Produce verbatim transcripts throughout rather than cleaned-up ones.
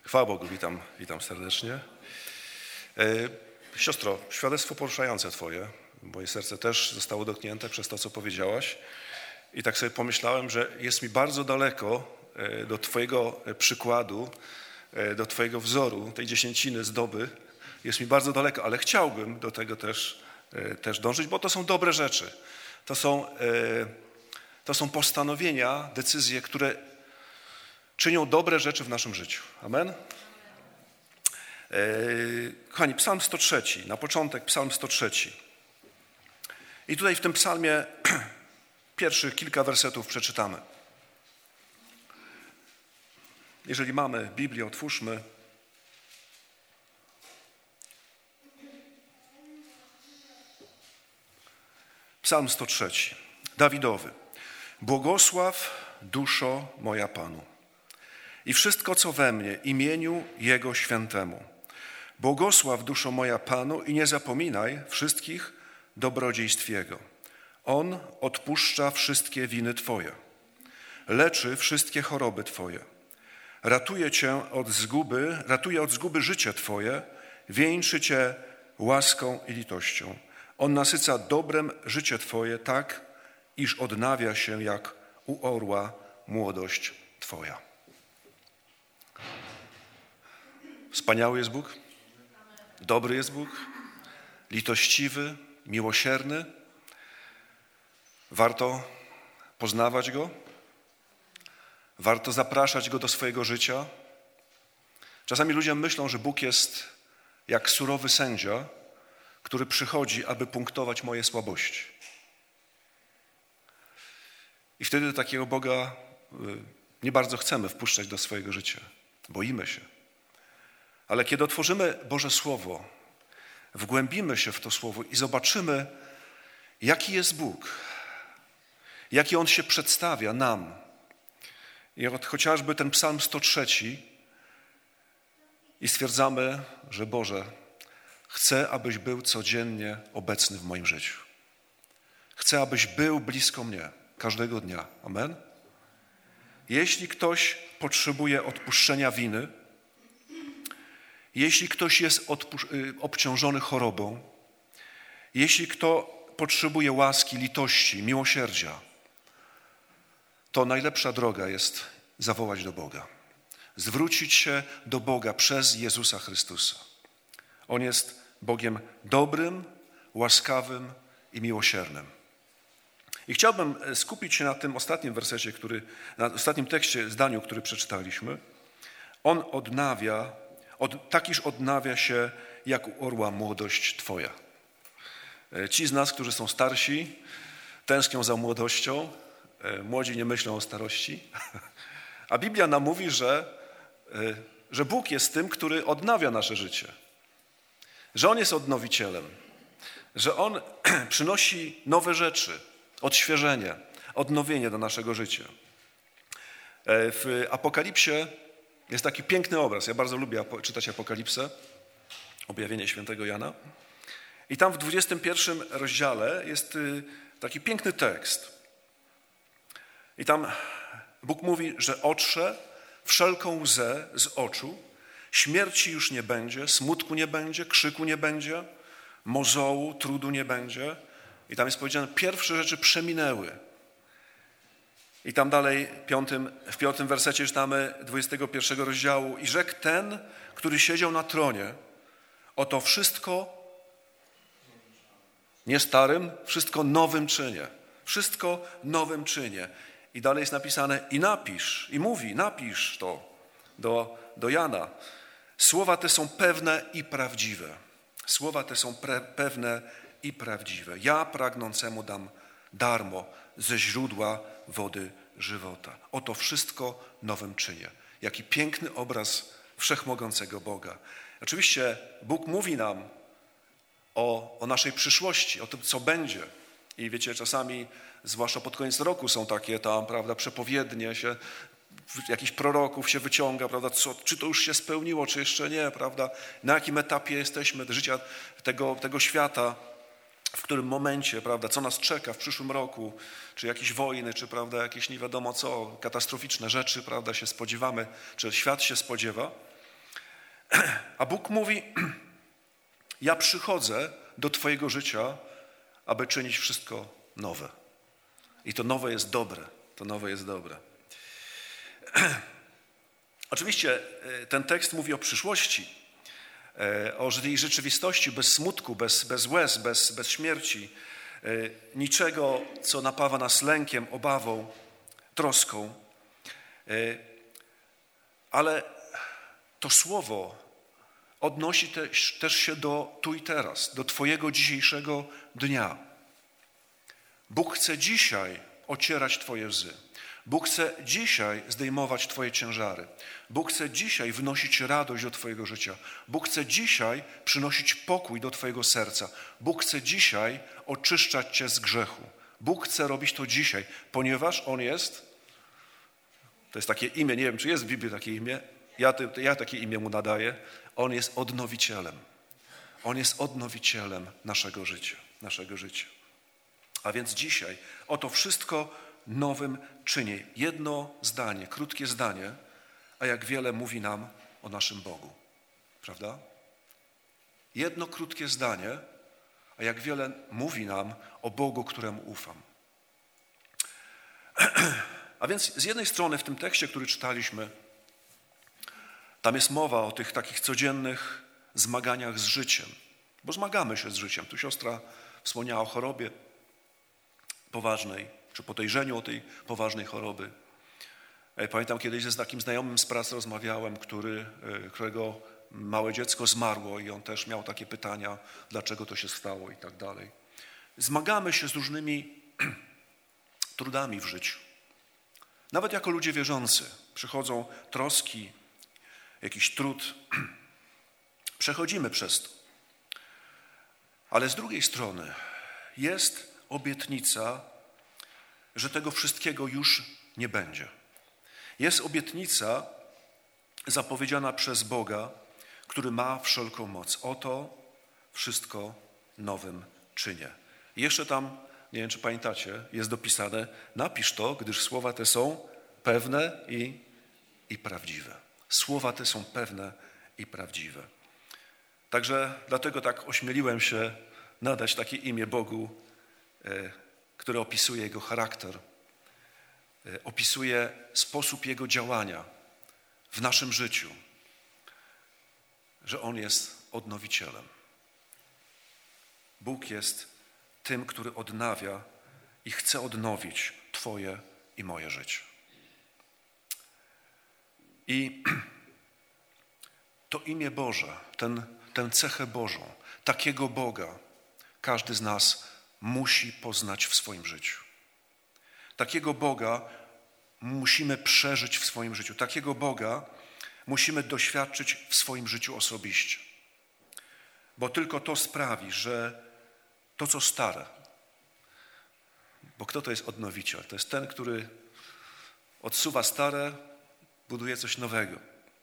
Chwała Bogu, witam, witam serdecznie. E, siostro, świadectwo poruszające Twoje. Moje serce też zostało dotknięte przez to, co powiedziałaś. I tak sobie pomyślałem, że jest mi bardzo daleko do Twojego przykładu, do Twojego wzoru, tej dziesięciny zdoby. Jest mi bardzo daleko, ale chciałbym do tego też, też dążyć, bo to są dobre rzeczy. To są, to są postanowienia, decyzje, które czynią dobre rzeczy w naszym życiu. Amen? Kochani, psalm sto trzy, na początek psalm sto trzy. I tutaj w tym psalmie pierwszych kilka wersetów przeczytamy. Jeżeli mamy Biblię, otwórzmy. Psalm sto trzy, Dawidowy. Błogosław duszo moja Panu i wszystko, co we mnie, imieniu Jego świętemu. Błogosław duszo moja Panu i nie zapominaj wszystkich dobrodziejstw Jego. On odpuszcza wszystkie winy Twoje, leczy wszystkie choroby Twoje, ratuje Cię od zguby, ratuje od zguby życie Twoje, wieńczy Cię łaską i litością. On nasyca dobrem życie Twoje tak, iż odnawia się jak u orła młodość Twoja. Wspaniały jest Bóg, dobry jest Bóg, litościwy, miłosierny. Warto poznawać Go, warto zapraszać Go do swojego życia. Czasami ludzie myślą, że Bóg jest jak surowy sędzia, który przychodzi, aby punktować moje słabości. I wtedy do takiego Boga nie bardzo chcemy wpuszczać do swojego życia. Boimy się. Ale kiedy otworzymy Boże Słowo, wgłębimy się w to Słowo i zobaczymy, jaki jest Bóg, jaki On się przedstawia nam. I od chociażby ten psalm sto trzy i stwierdzamy, że Boże, chcę, abyś był codziennie obecny w moim życiu. Chcę, abyś był blisko mnie każdego dnia. Amen? Jeśli ktoś potrzebuje odpuszczenia winy, jeśli ktoś jest odpusz- obciążony chorobą, jeśli kto potrzebuje łaski, litości, miłosierdzia, to najlepsza droga jest zawołać do Boga. Zwrócić się do Boga przez Jezusa Chrystusa. On jest Bogiem dobrym, łaskawym i miłosiernym. I chciałbym skupić się na tym ostatnim wersecie, który, na ostatnim tekście, zdaniu, który przeczytaliśmy. On odnawia, od, tak iż odnawia się jak u orła młodość Twoja. Ci z nas, którzy są starsi, tęsknią za młodością, młodzi nie myślą o starości. A Biblia nam mówi, że, że Bóg jest tym, który odnawia nasze życie. Że On jest odnowicielem. Że On przynosi nowe rzeczy, odświeżenie, odnowienie do naszego życia. W Apokalipsie jest taki piękny obraz. Ja bardzo lubię czytać Apokalipsę, objawienie świętego Jana. I tam w dwudziestym pierwszym rozdziale jest taki piękny tekst. I tam Bóg mówi, że otrze wszelką łzę z oczu, śmierci już nie będzie, smutku nie będzie, krzyku nie będzie, mozołu, trudu nie będzie. I tam jest powiedziane, pierwsze rzeczy przeminęły. I tam dalej piątym, w piątym wersecie czytamy dwudziestego pierwszego rozdziału. I rzekł ten, który siedział na tronie, oto wszystko nie starym, wszystko nowym czynię. Wszystko nowym czynię. I dalej jest napisane i napisz, i mówi, napisz to do, do Jana. Słowa te są pewne i prawdziwe. Słowa te są pre, pewne i prawdziwe. Ja pragnącemu dam darmo ze źródła wody żywota. Oto wszystko nowym czynię. Jaki piękny obraz wszechmogącego Boga. Oczywiście Bóg mówi nam o, o naszej przyszłości, o tym, co będzie. I wiecie, czasami, zwłaszcza pod koniec roku, są takie tam, prawda, przepowiednie się, jakichś proroków się wyciąga, prawda, co, czy to już się spełniło, czy jeszcze nie, prawda, na jakim etapie jesteśmy życia tego, tego świata, w którym momencie, prawda, co nas czeka w przyszłym roku, czy jakieś wojny, czy prawda, jakieś nie wiadomo co, katastroficzne rzeczy, prawda, się spodziewamy, czy świat się spodziewa. A Bóg mówi, ja przychodzę do twojego życia, aby czynić wszystko nowe. I to nowe jest dobre. To nowe jest dobre. Oczywiście ten tekst mówi o przyszłości, o tej rzeczywistości bez smutku, bez, bez łez, bez, bez śmierci, niczego, co napawa nas lękiem, obawą, troską. Ale to słowo odnosi też, też się do tu i teraz, do twojego dzisiejszego dnia. Bóg chce dzisiaj ocierać twoje łzy. Bóg chce dzisiaj zdejmować twoje ciężary. Bóg chce dzisiaj wnosić radość do twojego życia. Bóg chce dzisiaj przynosić pokój do twojego serca. Bóg chce dzisiaj oczyszczać cię z grzechu. Bóg chce robić to dzisiaj, ponieważ On jest, to jest takie imię, nie wiem, czy jest w Biblii takie imię, ja, ja takie imię Mu nadaję, On jest odnowicielem. On jest odnowicielem naszego życia, naszego życia. A więc dzisiaj oto wszystko nowym czyni. Jedno zdanie, krótkie zdanie, a jak wiele mówi nam o naszym Bogu. Prawda? Jedno krótkie zdanie, a jak wiele mówi nam o Bogu, któremu ufam. A więc z jednej strony w tym tekście, który czytaliśmy, tam jest mowa o tych takich codziennych zmaganiach z życiem, bo zmagamy się z życiem. Tu siostra wspomniała o chorobie poważnej, czy podejrzeniu o tej poważnej choroby. Pamiętam kiedyś ze takim znajomym z pracy rozmawiałem, który, którego małe dziecko zmarło i on też miał takie pytania, dlaczego to się stało i tak dalej. Zmagamy się z różnymi trudami w życiu. Nawet jako ludzie wierzący przychodzą troski, jakiś trud. Przechodzimy przez to. Ale z drugiej strony jest obietnica, że tego wszystkiego już nie będzie. Jest obietnica zapowiedziana przez Boga, który ma wszelką moc. Oto wszystko nowym czynię. I jeszcze tam, nie wiem czy pamiętacie, jest dopisane, napisz to, gdyż słowa te są pewne i, i prawdziwe. Słowa te są pewne i prawdziwe. Także dlatego tak ośmieliłem się nadać takie imię Bogu, które opisuje Jego charakter, opisuje sposób Jego działania w naszym życiu, że On jest odnowicielem. Bóg jest tym, który odnawia i chce odnowić Twoje i moje życie. I to imię Boże, ten, tę cechę Bożą, takiego Boga każdy z nas musi poznać w swoim życiu. Takiego Boga musimy przeżyć w swoim życiu. Takiego Boga musimy doświadczyć w swoim życiu osobiście. Bo tylko to sprawi, że to, co stare, bo kto to jest odnowiciel? To jest ten, który odsuwa stare, buduje coś nowego.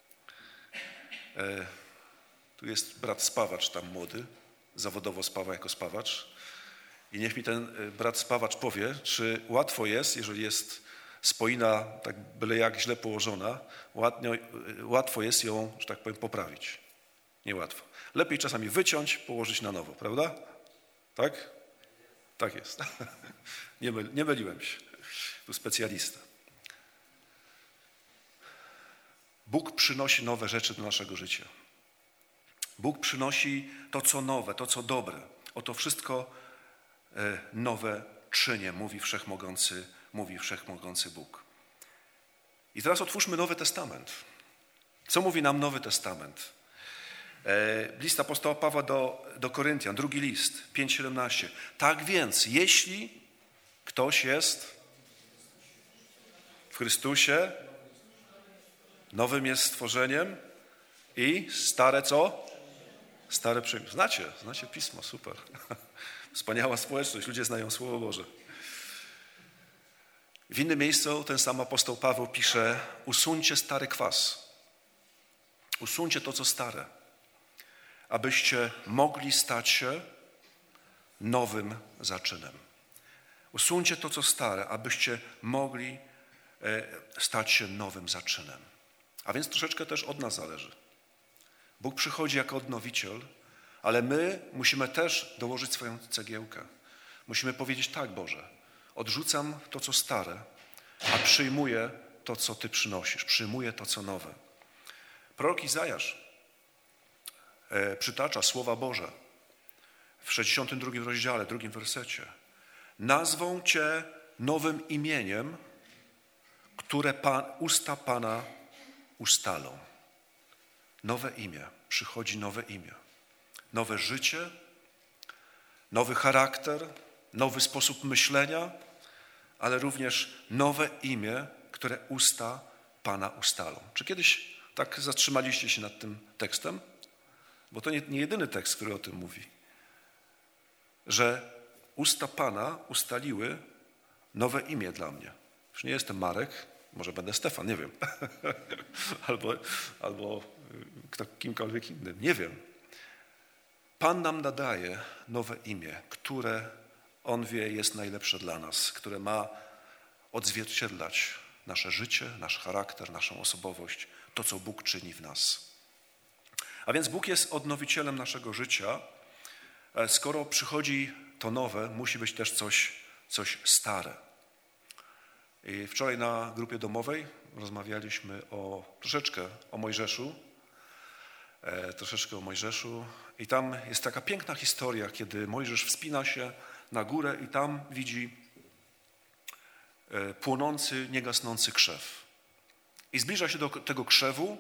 E, tu jest brat spawacz tam młody, zawodowo spawa jako spawacz. I niech mi ten brat spawacz powie, czy łatwo jest, jeżeli jest spoina tak byle jak źle położona, ładnie, łatwo jest ją, że tak powiem, poprawić. Niełatwo. Lepiej czasami wyciąć, położyć na nowo, prawda? Tak? Tak jest. Nie, myl, nie myliłem się. Tu specjalista. Bóg przynosi nowe rzeczy do naszego życia. Bóg przynosi to, co nowe, to, co dobre. Oto wszystko nowe czynię, mówi wszechmogący, mówi wszechmogący Bóg. I teraz otwórzmy Nowy Testament. Co mówi nam Nowy Testament? List apostoła Pawła do, do Koryntian, drugi list, pięć siedemnaście. Tak więc, jeśli ktoś jest w Chrystusie, nowym jest stworzeniem i stare co? Stare przyjmie. Znacie, znacie Pismo, super. Wspaniała społeczność, ludzie znają Słowo Boże. W innym miejscu ten sam apostoł Paweł pisze, usuńcie stary kwas. Usuńcie to, co stare, abyście mogli stać się nowym zaczynem. Usuńcie to, co stare, abyście mogli stać się nowym zaczynem. A więc troszeczkę też od nas zależy. Bóg przychodzi jako odnowiciel, ale my musimy też dołożyć swoją cegiełkę. Musimy powiedzieć: tak, Boże, odrzucam to, co stare, a przyjmuję to, co Ty przynosisz. Przyjmuję to, co nowe. Prorok Izajasz e, przytacza słowa Boże w sześćdziesiątym drugim rozdziale, drugim wersecie. Nazwą Cię nowym imieniem, które Pan, usta Pana ustalą. Nowe imię. Przychodzi nowe imię. Nowe życie, nowy charakter, nowy sposób myślenia, ale również nowe imię, które usta Pana ustalą. Czy kiedyś tak zatrzymaliście się nad tym tekstem? Bo to nie, nie jedyny tekst, który o tym mówi. Że usta Pana ustaliły nowe imię dla mnie. Już nie jestem Marek, może będę Stefan, nie wiem. albo albo kto, kimkolwiek innym, nie wiem. Pan nam nadaje nowe imię, które On wie jest najlepsze dla nas, które ma odzwierciedlać nasze życie, nasz charakter, naszą osobowość, to, co Bóg czyni w nas. A więc Bóg jest odnowicielem naszego życia. Skoro przychodzi to nowe, musi być też coś, coś stare. I wczoraj na grupie domowej rozmawialiśmy o troszeczkę o Mojżeszu, e, troszeczkę o Mojżeszu i tam jest taka piękna historia, kiedy Mojżesz wspina się na górę i tam widzi e, płonący, niegasnący krzew. I zbliża się do tego krzewu.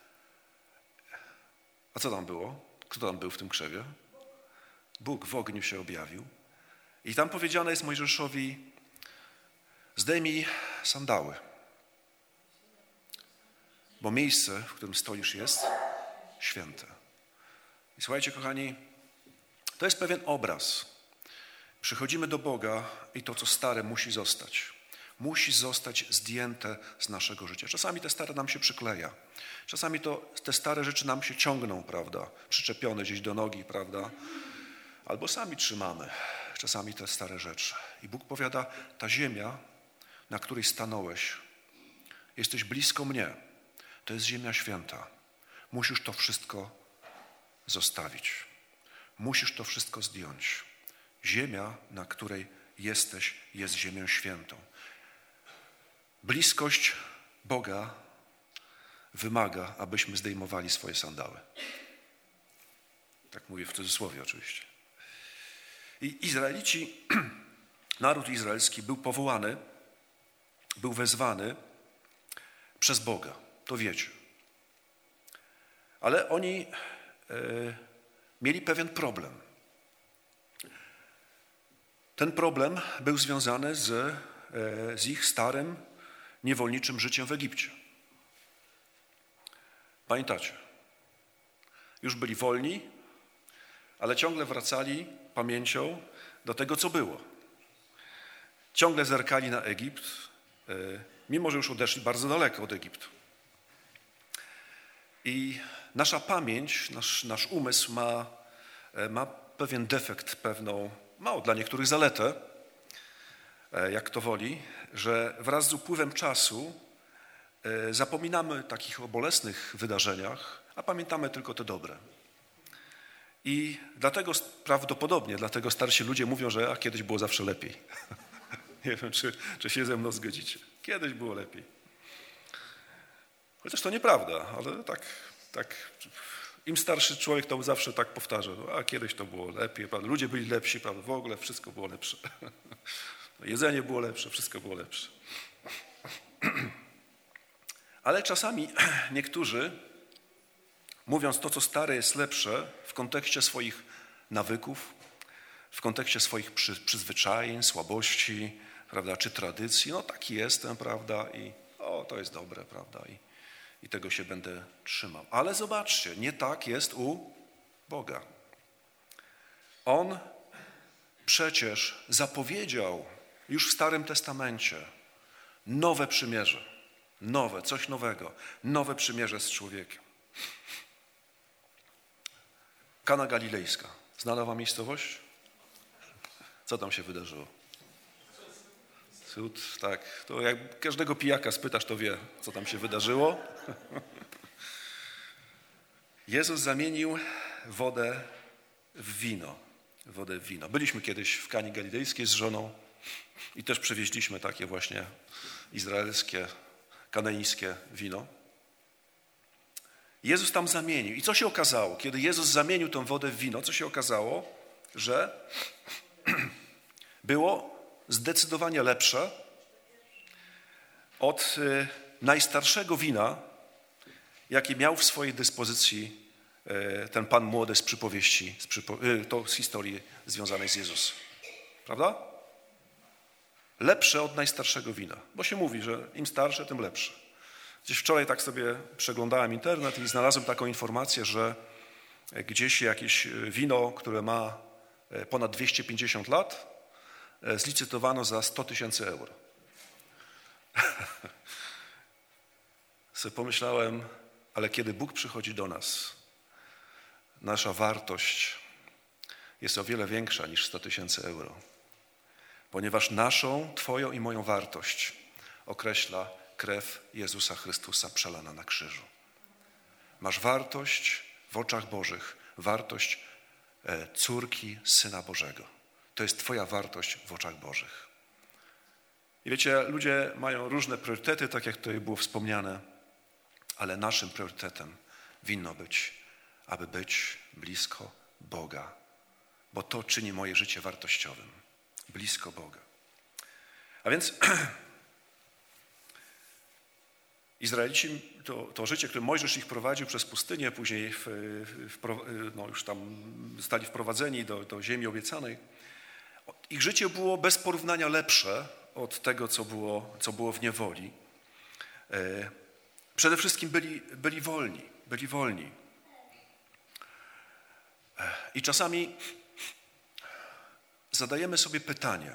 A co tam było? Kto tam był w tym krzewie? Bóg w ogniu się objawił. I tam powiedziane jest Mojżeszowi: zdejmij sandały, bo miejsce, w którym stoisz, jest święte. I słuchajcie, kochani, to jest pewien obraz. Przychodzimy do Boga i to, co stare, musi zostać. Musi zostać zdjęte z naszego życia. Czasami te stare nam się przykleja. Czasami to, te stare rzeczy nam się ciągną, prawda? Przyczepione gdzieś do nogi, prawda? Albo sami trzymamy czasami te stare rzeczy. I Bóg powiada: ta ziemia, na której stanąłeś, jesteś blisko mnie. To jest ziemia święta. Musisz to wszystko zostawić. Musisz to wszystko zdjąć. Ziemia, na której jesteś, jest ziemią świętą. Bliskość Boga wymaga, abyśmy zdejmowali swoje sandały. Tak mówię w cudzysłowie oczywiście. I Izraelici, naród izraelski był powołany, był wezwany przez Boga. To wiecie. Ale oni e, mieli pewien problem. Ten problem był związany z, e, z ich starym, niewolniczym życiem w Egipcie. Pamiętacie? Już byli wolni, ale ciągle wracali pamięcią do tego, co było. Ciągle zerkali na Egipt, mimo że już odeszli bardzo daleko od Egiptu. I nasza pamięć, nasz, nasz umysł ma, ma pewien defekt, pewną, mało dla niektórych zaletę, jak to woli, że wraz z upływem czasu zapominamy takich o bolesnych wydarzeniach, a pamiętamy tylko te dobre. I dlatego prawdopodobnie, dlatego starsi ludzie mówią, że a kiedyś było zawsze lepiej. Nie wiem, czy, czy się ze mną zgodzicie. Kiedyś było lepiej. Chociaż to nieprawda, ale tak, tak im starszy człowiek, to zawsze tak powtarza. A kiedyś to było lepiej, prawda? Ludzie byli lepsi, prawda? W ogóle wszystko było lepsze. Jedzenie było lepsze, wszystko było lepsze. Ale czasami niektórzy, mówiąc to, co stare jest lepsze, w kontekście swoich nawyków, w kontekście swoich przy, przyzwyczajeń, słabości, prawda, czy tradycji, no taki jestem, prawda, i o, to jest dobre, prawda, i, i tego się będę trzymał. Ale zobaczcie, nie tak jest u Boga. On przecież zapowiedział już w Starym Testamencie nowe przymierze, nowe, coś nowego, nowe przymierze z człowiekiem. Kana Galilejska. Znana wam miejscowość? Co tam się wydarzyło? Cud, tak. To jak każdego pijaka spytasz, to wie, co tam się wydarzyło. Jezus zamienił wodę w wino. Wodę w wino. Byliśmy kiedyś w Kani Galilejskiej z żoną i też przywieźliśmy takie właśnie izraelskie, kanańskie wino. Jezus tam zamienił. I co się okazało? Kiedy Jezus zamienił tę wodę w wino, co się okazało? Że było zdecydowanie lepsze od najstarszego wina, jakie miał w swojej dyspozycji ten pan młody z przypowieści, z, przypo... to z historii związanej z Jezusem. Prawda? Lepsze od najstarszego wina, bo się mówi, że im starsze, tym lepsze. Gdzieś wczoraj tak sobie przeglądałem internet i znalazłem taką informację, że gdzieś jakieś wino, które ma ponad dwieście pięćdziesiąt lat, zlicytowano za sto tysięcy euro. Sobie pomyślałem, ale kiedy Bóg przychodzi do nas, nasza wartość jest o wiele większa niż sto tysięcy euro. Ponieważ naszą, twoją i moją wartość określa krew Jezusa Chrystusa przelana na krzyżu. Masz wartość w oczach Bożych, wartość córki Syna Bożego. To jest twoja wartość w oczach Bożych. I wiecie, ludzie mają różne priorytety, tak jak tutaj było wspomniane, ale naszym priorytetem winno być, aby być blisko Boga, bo to czyni moje życie wartościowym. Blisko Boga. A więc Izraelici, to, to życie, które Mojżesz ich prowadził przez pustynię, później w, w, no już tam zostali wprowadzeni do, do ziemi obiecanej, ich życie było bez porównania lepsze od tego, co było, co było w niewoli. Przede wszystkim byli, byli wolni, byli wolni. I czasami zadajemy sobie pytanie.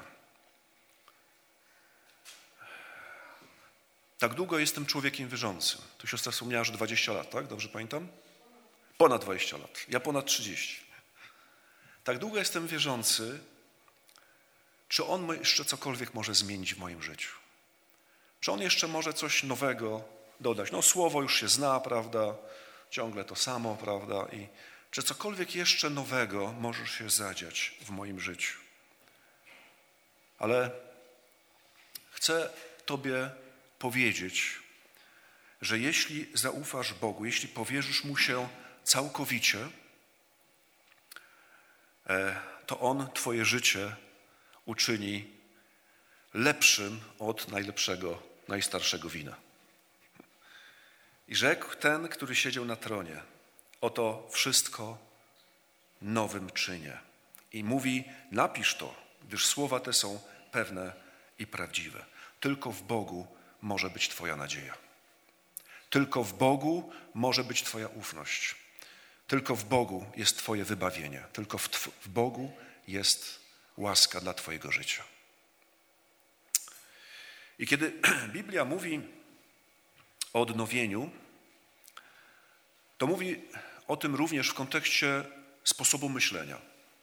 Tak długo jestem człowiekiem wierzącym. Tu siostra wspomniała, że dwadzieścia lat, tak? Dobrze pamiętam? Ponad dwadzieścia lat. Ja ponad trzydzieści. Tak długo jestem wierzący, czy On jeszcze cokolwiek może zmienić w moim życiu? Czy On jeszcze może coś nowego dodać? No słowo już się zna, prawda? Ciągle to samo, prawda? I czy cokolwiek jeszcze nowego może się zadziać w moim życiu? Ale chcę Tobie powiedzieć, że jeśli zaufasz Bogu, jeśli powierzysz Mu się całkowicie, to On Twoje życie uczyni lepszym od najlepszego, najstarszego wina. I rzekł ten, który siedział na tronie, oto wszystko nowym czynię. I mówi, napisz to, gdyż słowa te są pewne i prawdziwe. Tylko w Bogu może być Twoja nadzieja. Tylko w Bogu może być Twoja ufność. Tylko w Bogu jest Twoje wybawienie. Tylko w, tw- w Bogu jest łaska dla Twojego życia. I kiedy Biblia mówi o odnowieniu, to mówi o tym również w kontekście sposobu myślenia.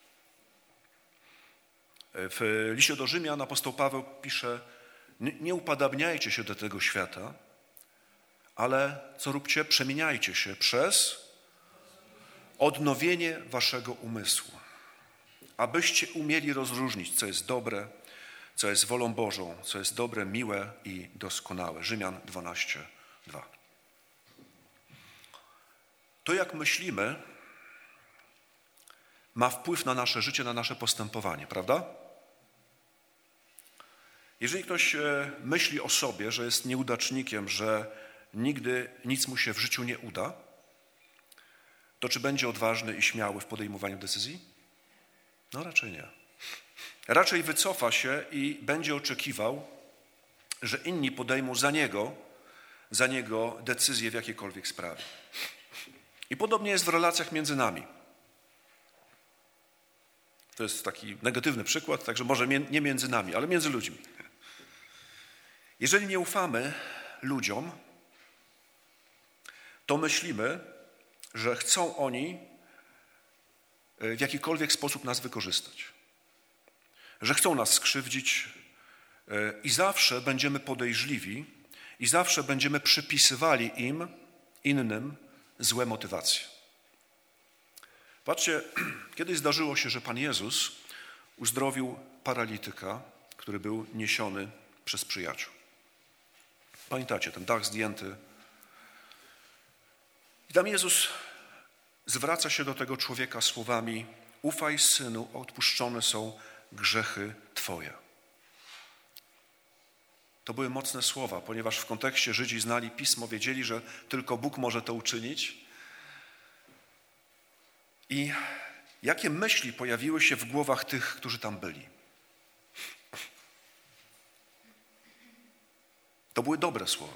W liście do Rzymian apostoł Paweł pisze, nie upadabniajcie się do tego świata, ale co róbcie? Przemieniajcie się przez odnowienie waszego umysłu, abyście umieli rozróżnić, co jest dobre, co jest wolą Bożą, co jest dobre, miłe i doskonałe. Rzymian dwanaście, dwa. To, jak myślimy, ma wpływ na nasze życie, na nasze postępowanie, prawda? Jeżeli ktoś myśli o sobie, że jest nieudacznikiem, że nigdy nic mu się w życiu nie uda, to czy będzie odważny i śmiały w podejmowaniu decyzji? No raczej nie. Raczej wycofa się i będzie oczekiwał, że inni podejmą za niego, za niego decyzję w jakiejkolwiek sprawie. I podobnie jest w relacjach między nami. To jest taki negatywny przykład, także może nie między nami, ale między ludźmi. Jeżeli nie ufamy ludziom, to myślimy, że chcą oni w jakikolwiek sposób nas wykorzystać. Że chcą nas skrzywdzić i zawsze będziemy podejrzliwi i zawsze będziemy przypisywali im, innym, złe motywacje. Patrzcie, kiedyś zdarzyło się, że Pan Jezus uzdrowił paralityka, który był niesiony przez przyjaciół. Pamiętacie, ten dach zdjęty. I tam Jezus zwraca się do tego człowieka słowami: ufaj, synu, odpuszczone są grzechy twoje. To były mocne słowa, ponieważ w kontekście Żydzi znali Pismo, wiedzieli, że tylko Bóg może to uczynić. I jakie myśli pojawiły się w głowach tych, którzy tam byli? To były dobre słowa.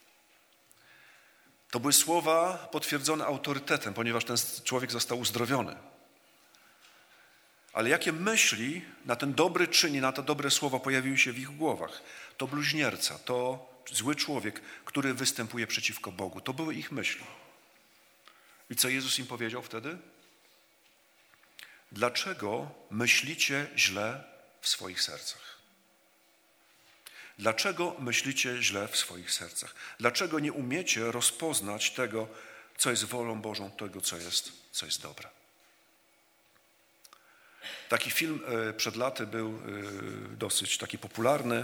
To były słowa potwierdzone autorytetem, ponieważ ten człowiek został uzdrowiony. Ale jakie myśli na ten dobry czyn i na to dobre słowa pojawiły się w ich głowach? To bluźnierca, to zły człowiek, który występuje przeciwko Bogu. To były ich myśli. I co Jezus im powiedział wtedy? Dlaczego myślicie źle w swoich sercach? Dlaczego myślicie źle w swoich sercach? Dlaczego nie umiecie rozpoznać tego, co jest wolą Bożą, tego, co jest, co jest dobre? Taki film przed laty był dosyć taki popularny.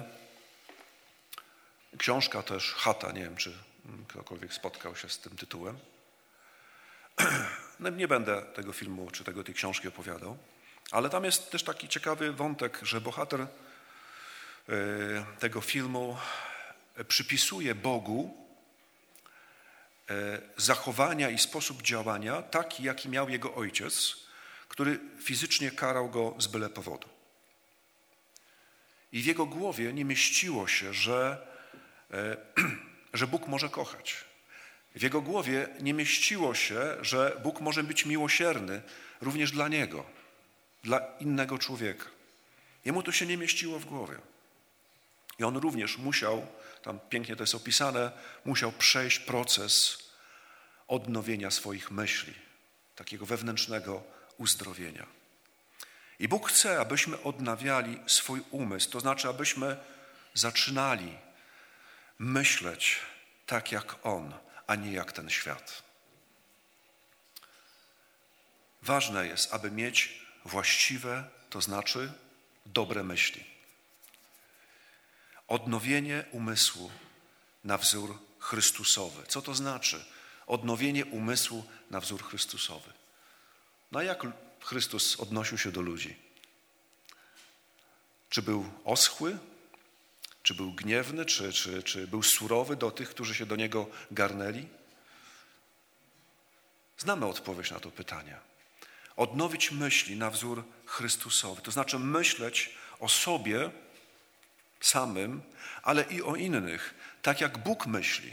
Książka też, Chata, nie wiem, czy ktokolwiek spotkał się z tym tytułem. No, nie będę tego filmu czy tego, tej książki opowiadał, ale tam jest też taki ciekawy wątek, że bohater tego filmu przypisuje Bogu zachowania i sposób działania taki, jaki miał jego ojciec, który fizycznie karał go z byle powodu. I w jego głowie nie mieściło się, że, że Bóg może kochać. W jego głowie nie mieściło się, że Bóg może być miłosierny również dla niego, dla innego człowieka. Jemu to się nie mieściło w głowie. I on również musiał, tam pięknie to jest opisane, musiał przejść proces odnowienia swoich myśli, takiego wewnętrznego uzdrowienia. I Bóg chce, abyśmy odnawiali swój umysł, to znaczy, abyśmy zaczynali myśleć tak jak On, a nie jak ten świat. Ważne jest, aby mieć właściwe, to znaczy dobre myśli. Odnowienie umysłu na wzór Chrystusowy. Co to znaczy? Odnowienie umysłu na wzór Chrystusowy. No a jak Chrystus odnosił się do ludzi? Czy był oschły? Czy był gniewny? Czy, czy, czy był surowy do tych, którzy się do Niego garnęli? Znamy odpowiedź na to pytanie. Odnowić myśli na wzór Chrystusowy. To znaczy myśleć o sobie samym, ale i o innych, tak jak Bóg myśli.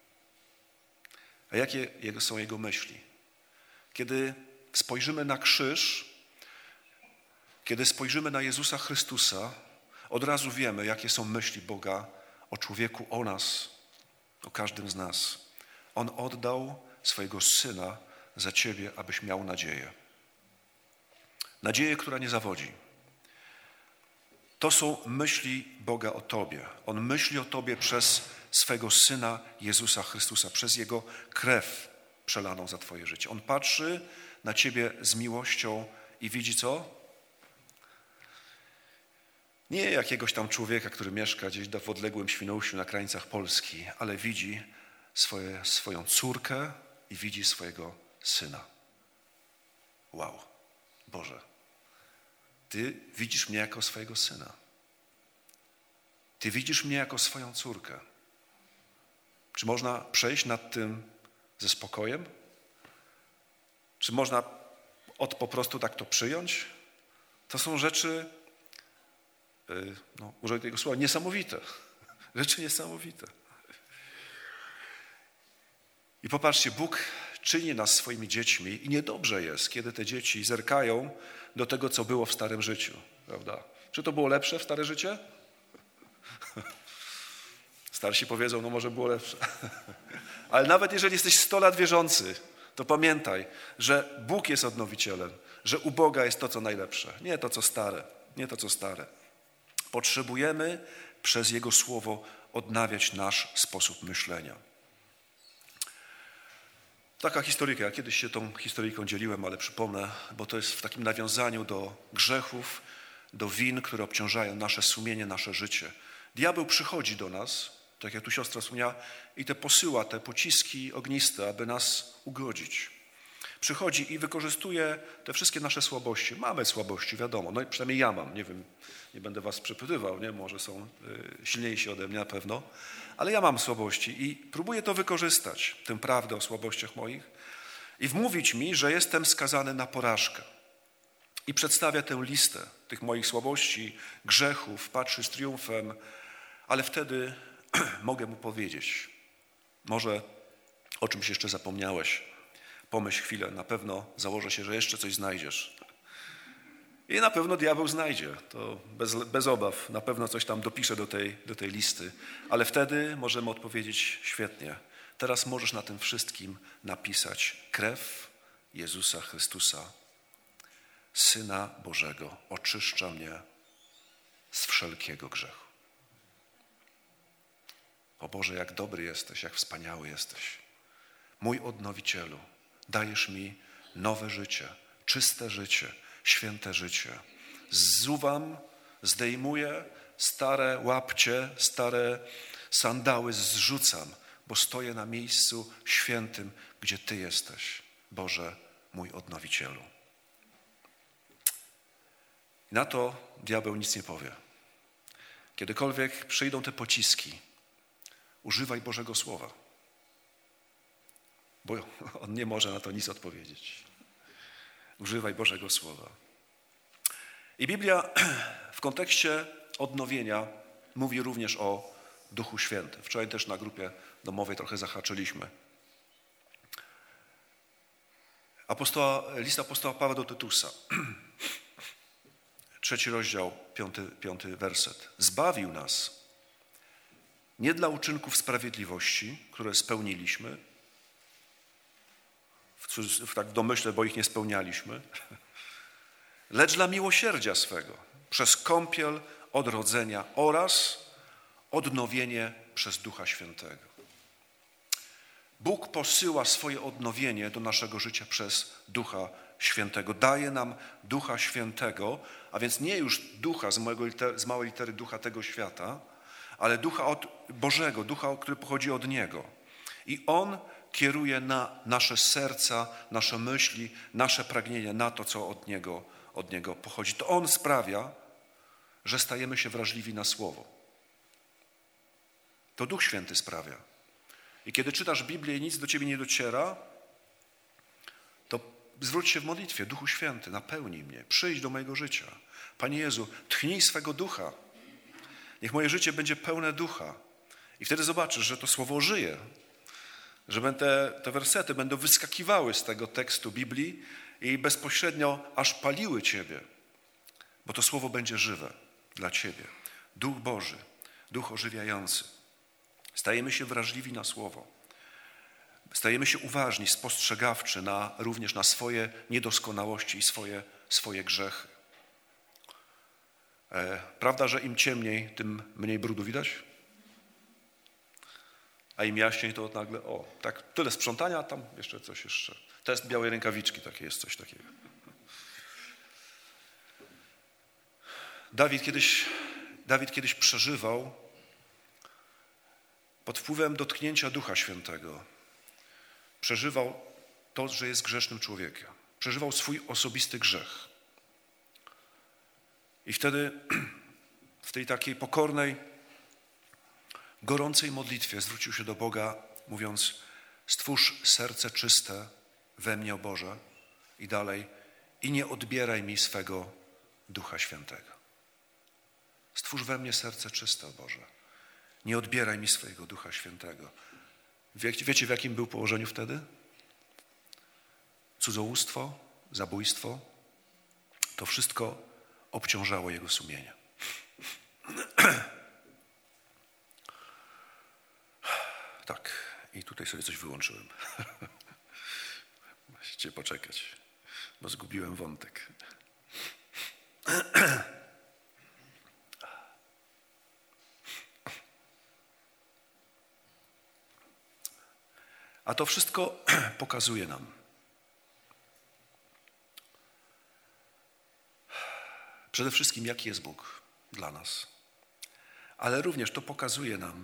A jakie są Jego myśli? Kiedy spojrzymy na krzyż, kiedy spojrzymy na Jezusa Chrystusa, od razu wiemy, jakie są myśli Boga o człowieku, o nas, o każdym z nas. On oddał swojego Syna za ciebie, abyś miał nadzieję. Nadzieję, która nie zawodzi. To są myśli Boga o tobie. On myśli o tobie przez swego Syna Jezusa Chrystusa, przez Jego krew przelaną za twoje życie. On patrzy na ciebie z miłością i widzi co? Nie jakiegoś tam człowieka, który mieszka gdzieś w odległym Świnoujściu na krańcach Polski, ale widzi swoje, swoją córkę i widzi swojego Syna. Wow, Boże, Ty widzisz mnie jako swojego Syna. Ty widzisz mnie jako swoją córkę. Czy można przejść nad tym ze spokojem? Czy można od po prostu tak to przyjąć? To są rzeczy, no, użyję tego słowa, niesamowite. Rzeczy niesamowite. I popatrzcie, Bóg czyni nas swoimi dziećmi i niedobrze jest, kiedy te dzieci zerkają do tego, co było w starym życiu. Prawda? Czy to było lepsze w stare życie? Starsi powiedzą, no może było lepsze. Ale nawet jeżeli jesteś sto lat wierzący, to pamiętaj, że Bóg jest odnowicielem, że u Boga jest to, co najlepsze, nie to, co stare, nie to, co stare. Potrzebujemy przez Jego Słowo odnawiać nasz sposób myślenia. Taka historyjka, ja kiedyś się tą historyjką dzieliłem, ale przypomnę, bo to jest w takim nawiązaniu do grzechów, do win, które obciążają nasze sumienie, nasze życie. Diabeł przychodzi do nas, tak jak tu siostra wspomniała, i te posyła, te pociski ogniste, aby nas ugodzić. Przychodzi i wykorzystuje te wszystkie nasze słabości. Mamy słabości, wiadomo, no i przynajmniej ja mam, nie wiem, nie będę was przepytywał, nie? Może są y, silniejsi ode mnie na pewno, ale ja mam słabości i próbuję to wykorzystać, tę prawdę o słabościach moich i wmówić mi, że jestem skazany na porażkę. I przedstawia tę listę tych moich słabości, grzechów, patrzy z triumfem, ale wtedy mogę mu powiedzieć, może o czymś jeszcze zapomniałeś, pomyśl chwilę, na pewno założę się, że jeszcze coś znajdziesz. I na pewno diabeł znajdzie, to bez, bez obaw, na pewno coś tam dopisze do tej, do tej listy, ale wtedy możemy odpowiedzieć świetnie. Teraz możesz na tym wszystkim napisać krew Jezusa Chrystusa, Syna Bożego, oczyszcza mnie z wszelkiego grzechu. O Boże, jak dobry jesteś, jak wspaniały jesteś. Mój odnowicielu, dajesz mi nowe życie, czyste życie, święte życie. Zsuwam, zdejmuję stare łapcie, stare sandały, zrzucam, bo stoję na miejscu świętym, gdzie Ty jesteś, Boże, mój odnowicielu. I na to diabeł nic nie powie. Kiedykolwiek przyjdą te pociski, używaj Bożego Słowa, bo on nie może na to nic odpowiedzieć. Używaj Bożego Słowa. I Biblia w kontekście odnowienia mówi również o Duchu Świętym. Wczoraj też na grupie domowej trochę zahaczyliśmy. Apostoła, list apostoła Pawła do Tytusa. Trzeci rozdział, piąty, piąty werset. Zbawił nas nie dla uczynków sprawiedliwości, które spełniliśmy, w, w tak w domyśle, bo ich nie spełnialiśmy, lecz dla miłosierdzia swego, przez kąpiel odrodzenia oraz odnowienie przez Ducha Świętego. Bóg posyła swoje odnowienie do naszego życia przez Ducha Świętego. Daje nam Ducha Świętego, a więc nie już ducha z, małego liter, z małej litery ducha tego świata, ale ducha od Bożego, ducha, który pochodzi od Niego. I On kieruje na nasze serca, nasze myśli, nasze pragnienia, na to, co od Niego, od Niego pochodzi. To On sprawia, że stajemy się wrażliwi na Słowo. To Duch Święty sprawia. I kiedy czytasz Biblię i nic do ciebie nie dociera, to zwróć się w modlitwie. Duchu Święty, napełnij mnie, przyjdź do mojego życia. Panie Jezu, tchnij swego ducha. Niech moje życie będzie pełne ducha. I wtedy zobaczysz, że to słowo żyje. Że te, te wersety będą wyskakiwały z tego tekstu Biblii i bezpośrednio aż paliły ciebie. Bo to słowo będzie żywe dla ciebie. Duch Boży, Duch ożywiający. Stajemy się wrażliwi na słowo. Stajemy się uważni, spostrzegawczy na, również na swoje niedoskonałości i swoje, swoje grzechy. E, prawda, że im ciemniej, tym mniej brudu widać? A im jaśniej to nagle, o, tak tyle sprzątania, a tam jeszcze coś jeszcze. Test białej rękawiczki, takie jest coś takiego. Dawid kiedyś, Dawid kiedyś przeżywał pod wpływem dotknięcia Ducha Świętego. Przeżywał to, że jest grzesznym człowiekiem. Przeżywał swój osobisty grzech. I wtedy w tej takiej pokornej, gorącej modlitwie zwrócił się do Boga, mówiąc: stwórz serce czyste we mnie, o Boże, i dalej, i nie odbieraj mi swego Ducha Świętego. Stwórz we mnie serce czyste, o Boże. Nie odbieraj mi swojego Ducha Świętego. Wie, wiecie, w jakim był położeniu wtedy? Cudzołóstwo, zabójstwo, to wszystko obciążało jego sumienie. Tak, i tutaj sobie coś wyłączyłem. Musicie poczekać, bo zgubiłem wątek. A to wszystko pokazuje nam, przede wszystkim, jaki jest Bóg dla nas. Ale również to pokazuje nam,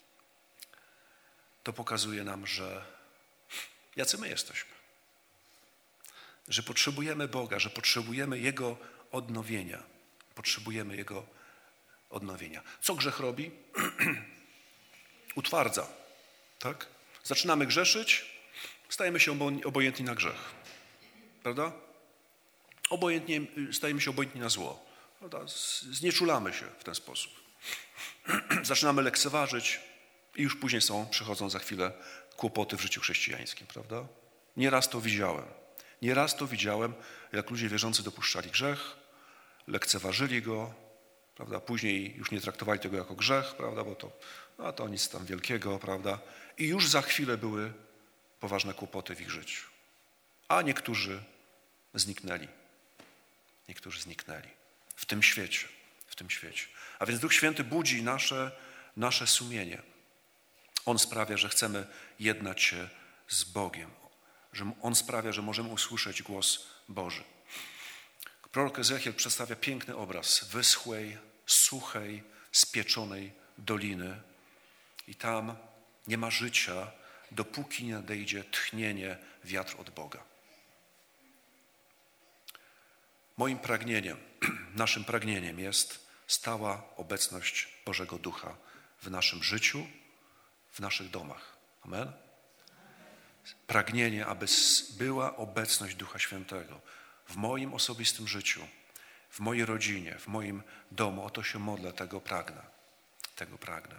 to pokazuje nam, że jacy my jesteśmy. Że potrzebujemy Boga, że potrzebujemy Jego odnowienia. Potrzebujemy Jego odnowienia. Co grzech robi? Utwardza. Tak? Zaczynamy grzeszyć, stajemy się obojętni na grzech. Prawda? Obojętnie, stajemy się obojętni na zło. Prawda? Znieczulamy się w ten sposób. Zaczynamy lekceważyć i już później są, przychodzą za chwilę kłopoty w życiu chrześcijańskim. Prawda? Nieraz to widziałem. Nieraz to widziałem, jak ludzie wierzący dopuszczali grzech, lekceważyli go, prawda? Później już nie traktowali tego jako grzech, prawda? Bo to, no to nic tam wielkiego, prawda? I już za chwilę były poważne kłopoty w ich życiu. A niektórzy zniknęli. Niektórzy zniknęli w tym świecie, w tym świecie. A więc Duch Święty budzi nasze, nasze sumienie. On sprawia, że chcemy jednać się z Bogiem. Że On sprawia, że możemy usłyszeć głos Boży. Prorok Ezechiel przedstawia piękny obraz wyschłej, suchej, spieczonej doliny. I tam nie ma życia, dopóki nie nadejdzie tchnienie, wiatr od Boga. Moim pragnieniem, naszym pragnieniem jest stała obecność Bożego Ducha w naszym życiu, w naszych domach. Amen? Pragnienie, aby była obecność Ducha Świętego w moim osobistym życiu, w mojej rodzinie, w moim domu. O to się modlę, tego pragnę. Tego pragnę.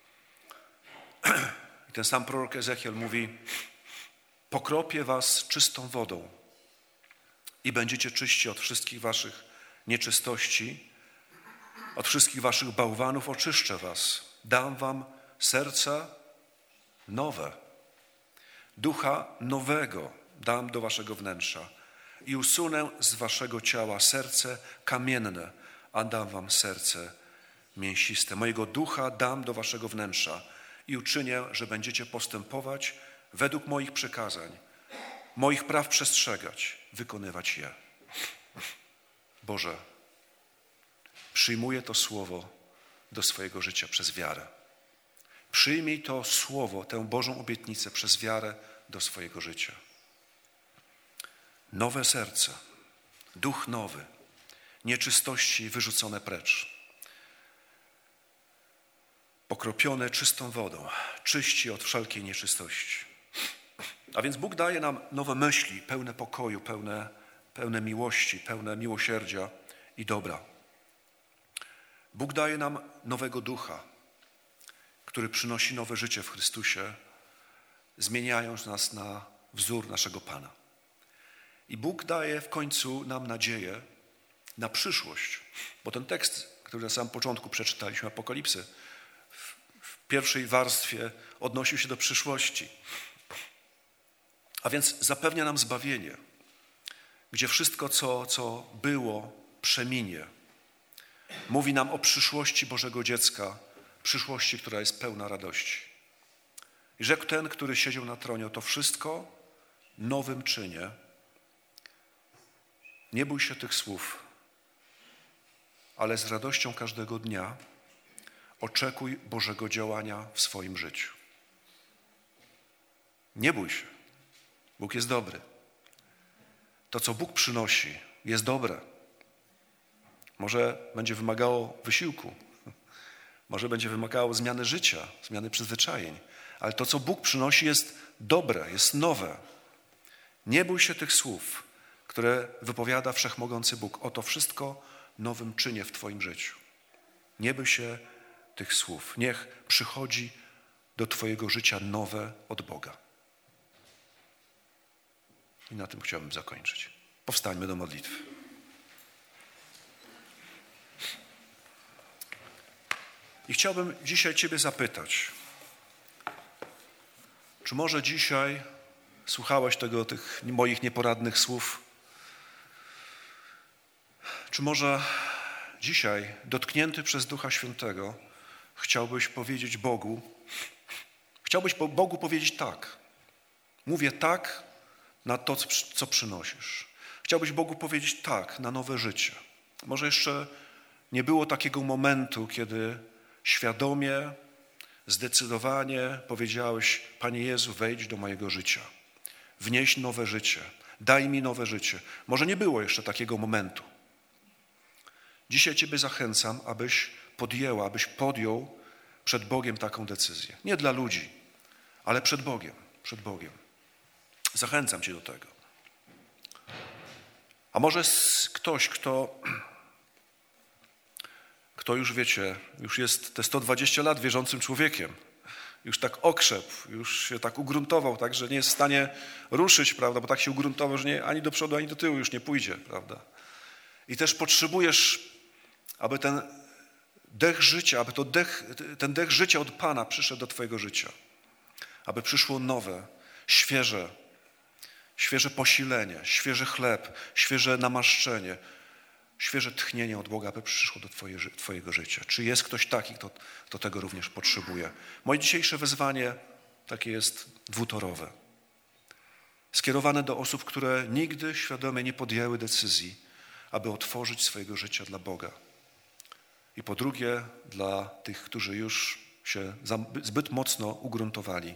I ten sam prorok Ezechiel mówi: pokropię was czystą wodą i będziecie czyści od wszystkich waszych nieczystości, od wszystkich waszych bałwanów oczyszczę was. Dam wam serca nowe. Ducha nowego dam do waszego wnętrza i usunę z waszego ciała serce kamienne, a dam wam serce mięsiste. Mojego ducha dam do waszego wnętrza i uczynię, że będziecie postępować według moich przykazań, moich praw przestrzegać, wykonywać je. Boże, przyjmuję to słowo do swojego życia przez wiarę. Przyjmij to słowo, tę Bożą obietnicę przez wiarę do swojego życia. Nowe serce, duch nowy, nieczystości wyrzucone precz. Pokropione czystą wodą, czyści od wszelkiej nieczystości. A więc Bóg daje nam nowe myśli, pełne pokoju, pełne, pełne miłości, pełne miłosierdzia i dobra. Bóg daje nam nowego ducha, który przynosi nowe życie w Chrystusie, zmieniając nas na wzór naszego Pana. I Bóg daje w końcu nam nadzieję na przyszłość, bo ten tekst, który na samym początku przeczytaliśmy, Apokalipsy, w, w pierwszej warstwie odnosił się do przyszłości. A więc zapewnia nam zbawienie, gdzie wszystko, co, co było, przeminie. Mówi nam o przyszłości Bożego dziecka, przyszłości, która jest pełna radości. I rzekł ten, który siedział na tronie: to wszystko nowym czynię. Nie bój się tych słów, ale z radością każdego dnia oczekuj Bożego działania w swoim życiu. Nie bój się. Bóg jest dobry. To, co Bóg przynosi, jest dobre. Może będzie wymagało wysiłku, może będzie wymagało zmiany życia, zmiany przyzwyczajeń, ale to, co Bóg przynosi, jest dobre, jest nowe. Nie bój się tych słów, które wypowiada wszechmogący Bóg. Oto wszystko nowym czynię w twoim życiu. Nie bój się tych słów. Niech przychodzi do twojego życia nowe od Boga. I na tym chciałbym zakończyć. Powstańmy do modlitwy. I chciałbym dzisiaj Ciebie zapytać, czy może dzisiaj słuchałeś tego, tych moich nieporadnych słów? Czy może dzisiaj, dotknięty przez Ducha Świętego, chciałbyś powiedzieć Bogu, chciałbyś Bogu powiedzieć tak. Mówię tak na to, co przynosisz. Chciałbyś Bogu powiedzieć tak na nowe życie. Może jeszcze nie było takiego momentu, kiedy świadomie, zdecydowanie powiedziałeś: Panie Jezu, wejdź do mojego życia. Wnieś nowe życie. Daj mi nowe życie. Może nie było jeszcze takiego momentu. Dzisiaj Ciebie zachęcam, abyś podjęła, abyś podjął przed Bogiem taką decyzję. Nie dla ludzi, ale przed Bogiem. Przed Bogiem. Zachęcam Cię do tego. A może ktoś, kto, kto już wiecie, już jest te sto dwadzieścia lat wierzącym człowiekiem, już tak okrzepł, już się tak ugruntował, tak, że nie jest w stanie ruszyć, prawda, bo tak się ugruntował, że nie, ani do przodu, ani do tyłu już nie pójdzie, prawda. I też potrzebujesz, aby ten dech życia, aby to dech, ten dech życia od Pana przyszedł do twojego życia. Aby przyszło nowe, świeże, świeże posilenie, świeży chleb, świeże namaszczenie, świeże tchnienie od Boga, aby przyszło do twoje, twojego życia. Czy jest ktoś taki, kto, kto tego również potrzebuje? Moje dzisiejsze wezwanie takie jest dwutorowe. Skierowane do osób, które nigdy świadomie nie podjęły decyzji, aby otworzyć swojego życia dla Boga. I po drugie, dla tych, którzy już się zbyt mocno ugruntowali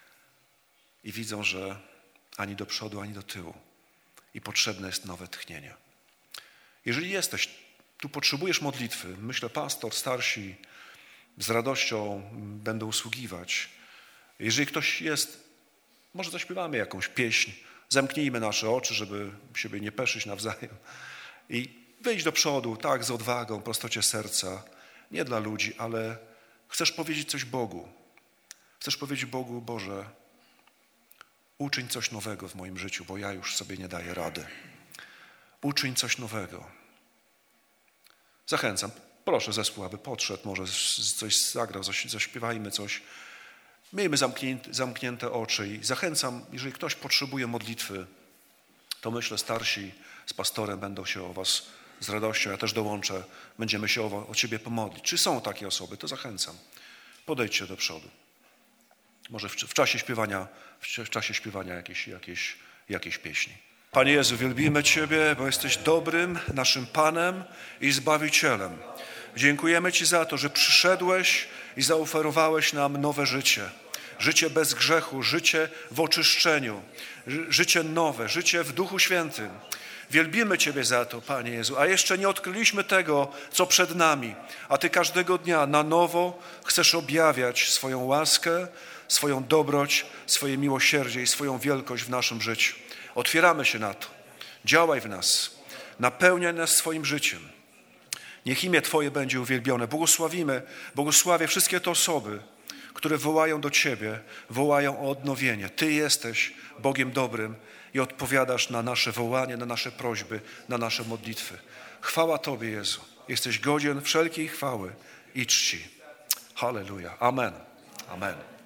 i widzą, że ani do przodu, ani do tyłu. I potrzebne jest nowe tchnienie. Jeżeli jesteś, tu potrzebujesz modlitwy, myślę, pastor, starsi z radością będą usługiwać. Jeżeli ktoś jest, może zaśpiewamy jakąś pieśń, zamknijmy nasze oczy, żeby siebie nie peszyć nawzajem i wyjdź do przodu, tak, z odwagą, prostocie serca, nie dla ludzi, ale chcesz powiedzieć coś Bogu. Chcesz powiedzieć Bogu: Boże, uczyń coś nowego w moim życiu, bo ja już sobie nie daję rady. Uczyń coś nowego. Zachęcam, proszę zespół, aby podszedł, może coś zagrał, zaśpiewajmy coś. Miejmy zamknięte, zamknięte oczy i zachęcam, jeżeli ktoś potrzebuje modlitwy, to myślę, starsi z pastorem będą się o was z radością, ja też dołączę, będziemy się o, o ciebie pomodlić. Czy są takie osoby? To zachęcam. Podejdźcie do przodu. Może w, w czasie śpiewania, w, w czasie śpiewania jakiejś, jakiejś, jakiejś pieśni. Panie Jezu, wielbimy Ciebie, bo jesteś dobrym naszym Panem i Zbawicielem. Dziękujemy Ci za to, że przyszedłeś i zaoferowałeś nam nowe życie. Życie bez grzechu, życie w oczyszczeniu, życie nowe, życie w Duchu Świętym. Wielbimy Ciebie za to, Panie Jezu, a jeszcze nie odkryliśmy tego, co przed nami, a Ty każdego dnia na nowo chcesz objawiać swoją łaskę, swoją dobroć, swoje miłosierdzie i swoją wielkość w naszym życiu. Otwieramy się na to. Działaj w nas. Napełniaj nas swoim życiem. Niech imię Twoje będzie uwielbione. Błogosławimy, błogosławię wszystkie te osoby, które wołają do Ciebie, wołają o odnowienie. Ty jesteś Bogiem dobrym i odpowiadasz na nasze wołanie, na nasze prośby, na nasze modlitwy. Chwała Tobie, Jezu. Jesteś godzien wszelkiej chwały i czci. Halleluja. Amen. Amen.